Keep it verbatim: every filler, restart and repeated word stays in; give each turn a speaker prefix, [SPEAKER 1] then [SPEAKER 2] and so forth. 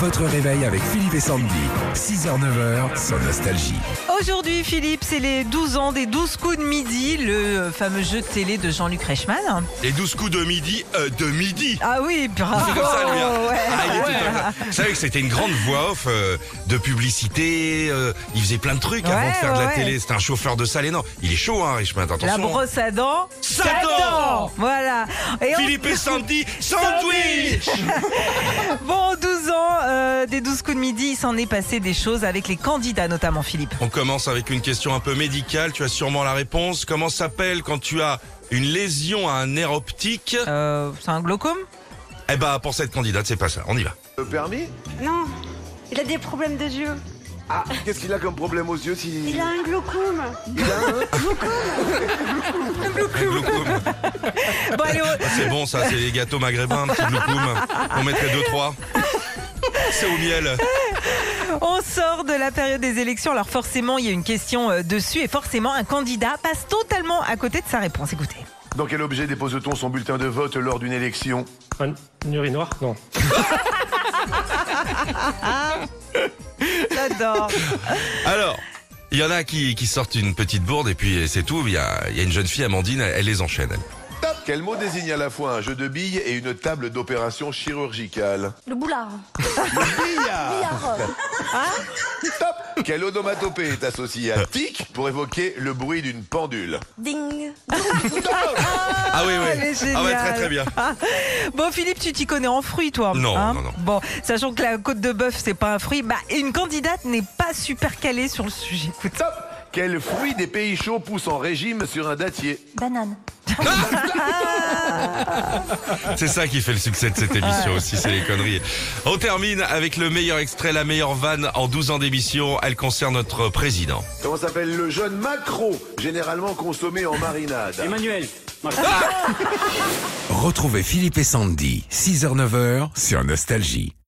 [SPEAKER 1] Votre réveil avec Philippe et Sandy. six heures neuf heures sur Nostalgie.
[SPEAKER 2] Aujourd'hui, Philippe, c'est les douze ans des douze coups de midi, le fameux jeu de télé de Jean-Luc Reichmann.
[SPEAKER 3] Les douze coups de midi, euh, de midi.
[SPEAKER 2] Ah oui, bravo.
[SPEAKER 3] C'est comme ça, lui. Hein.
[SPEAKER 2] Ouais.
[SPEAKER 3] Ah, il était comme ça. Vous savez que c'était une grande voix off euh, de publicité. Euh, il faisait plein de trucs
[SPEAKER 2] Ouais,
[SPEAKER 3] avant de faire de la
[SPEAKER 2] ouais,
[SPEAKER 3] télé. C'était un chauffeur de salle énorme. Il est chaud, hein, Reichmann. Attention.
[SPEAKER 2] La brosse à dents.
[SPEAKER 3] Satan.
[SPEAKER 2] Voilà. Et on-
[SPEAKER 3] Philippe et Sandy, sandwich.
[SPEAKER 2] Bon, douze ans euh, des douze coups de midi, il s'en est passé des choses avec les candidats, notamment Philippe.
[SPEAKER 3] On commence avec une question un peu médicale. Tu as sûrement la réponse. Comment s'appelle quand tu as une lésion à un nerf optique?
[SPEAKER 2] Euh, c'est un glaucome?
[SPEAKER 3] Eh ben, pour cette candidate, c'est pas ça. On y va.
[SPEAKER 4] Le permis?
[SPEAKER 5] Non, il a des problèmes de yeux.
[SPEAKER 4] Ah, qu'est-ce qu'il a comme problème aux yeux si...
[SPEAKER 5] Il a un glaucome.
[SPEAKER 4] Il a un...
[SPEAKER 3] Glaucome.
[SPEAKER 2] Bon, allez, on-
[SPEAKER 3] Ah, c'est bon, ça, c'est les gâteaux maghrébins, un petit glaucome. On mettrait deux, trois. C'est au miel.
[SPEAKER 2] on sort de la période des élections. Alors forcément, il y a une question euh, dessus et forcément, un candidat passe totalement à côté de sa réponse. Écoutez.
[SPEAKER 4] Dans quel objet dépose-t-on son bulletin de vote lors d'une élection?
[SPEAKER 6] Un urinoir? Non.
[SPEAKER 2] J'adore.
[SPEAKER 3] Alors, il y en a qui, qui sortent une petite bourde et puis c'est tout. Il y a, il y a une jeune fille, Amandine, elle, elle les enchaîne. elle.
[SPEAKER 4] Top. Quel mot désigne à la fois un jeu de billes et une table d'opération chirurgicale?
[SPEAKER 5] Le boulard.
[SPEAKER 4] Billard.
[SPEAKER 5] Billard.
[SPEAKER 4] Top. Quelle onomatopée est associée à tic pour évoquer le bruit d'une pendule?
[SPEAKER 5] Ding.
[SPEAKER 3] Ah oui,
[SPEAKER 2] elle est
[SPEAKER 3] oui. Ah ouais,
[SPEAKER 2] géniale.
[SPEAKER 3] très très bien.
[SPEAKER 2] Bon, Philippe, tu t'y connais en fruits, toi?
[SPEAKER 3] Non,
[SPEAKER 2] hein
[SPEAKER 3] non, non.
[SPEAKER 2] Bon, sachant que la côte de bœuf, c'est pas un fruit, bah, une candidate n'est pas super calée sur le sujet. Écoute.
[SPEAKER 4] Top. Quel fruit des pays chauds pousse en régime sur un dattier?
[SPEAKER 5] Banane.
[SPEAKER 3] C'est ça qui fait le succès de cette émission aussi, c'est les conneries. On termine avec le meilleur extrait, la meilleure vanne en douze ans d'émission. Elle concerne notre président.
[SPEAKER 4] Comment s'appelle le jeune maquereau, généralement consommé en marinade?
[SPEAKER 6] Emmanuel.
[SPEAKER 1] Retrouvez Philippe et Sandy. six heures neuf heures sur Nostalgie.